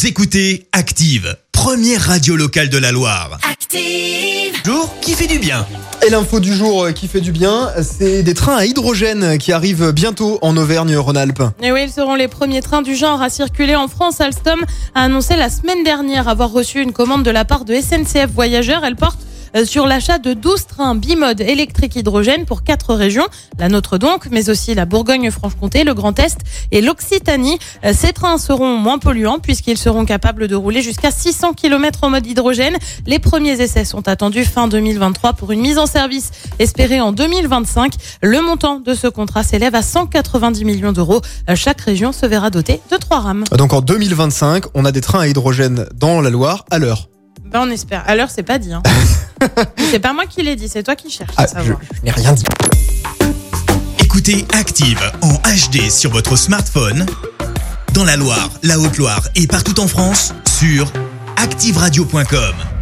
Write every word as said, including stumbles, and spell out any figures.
Vous écoutez Active, première radio locale de la Loire. Active. Jour qui fait du bien. Et l'info du jour qui fait du bien, c'est des trains à hydrogène qui arrivent bientôt en Auvergne-Rhône-Alpes. Et oui, ils seront les premiers trains du genre à circuler en France. Alstom a annoncé la semaine dernière avoir reçu une commande de la part de S N C F Voyageurs. Elle porte sur l'achat de douze trains bimode électriques hydrogène pour quatre régions, la nôtre donc, mais aussi la Bourgogne-Franche-Comté, le Grand Est et l'Occitanie. Ces trains seront moins polluants puisqu'ils seront capables de rouler jusqu'à six cents kilomètres en mode hydrogène. Les premiers essais sont attendus fin deux mille vingt-trois pour une mise en service espérée en deux mille vingt-cinq. Le montant de ce contrat s'élève à cent quatre-vingt-dix millions d'euros. Chaque région se verra dotée de trois rames. Donc en deux mille vingt-cinq, on a des trains à hydrogène dans la Loire à l'heure. Ben on espère. À l'heure, c'est pas dit. Hein. C'est pas moi qui l'ai dit, c'est toi qui cherches. Ah, à je, savoir. je n'ai rien dit. Écoutez Active en H D sur votre smartphone, dans la Loire, la Haute-Loire et partout en France, sur active radio point com.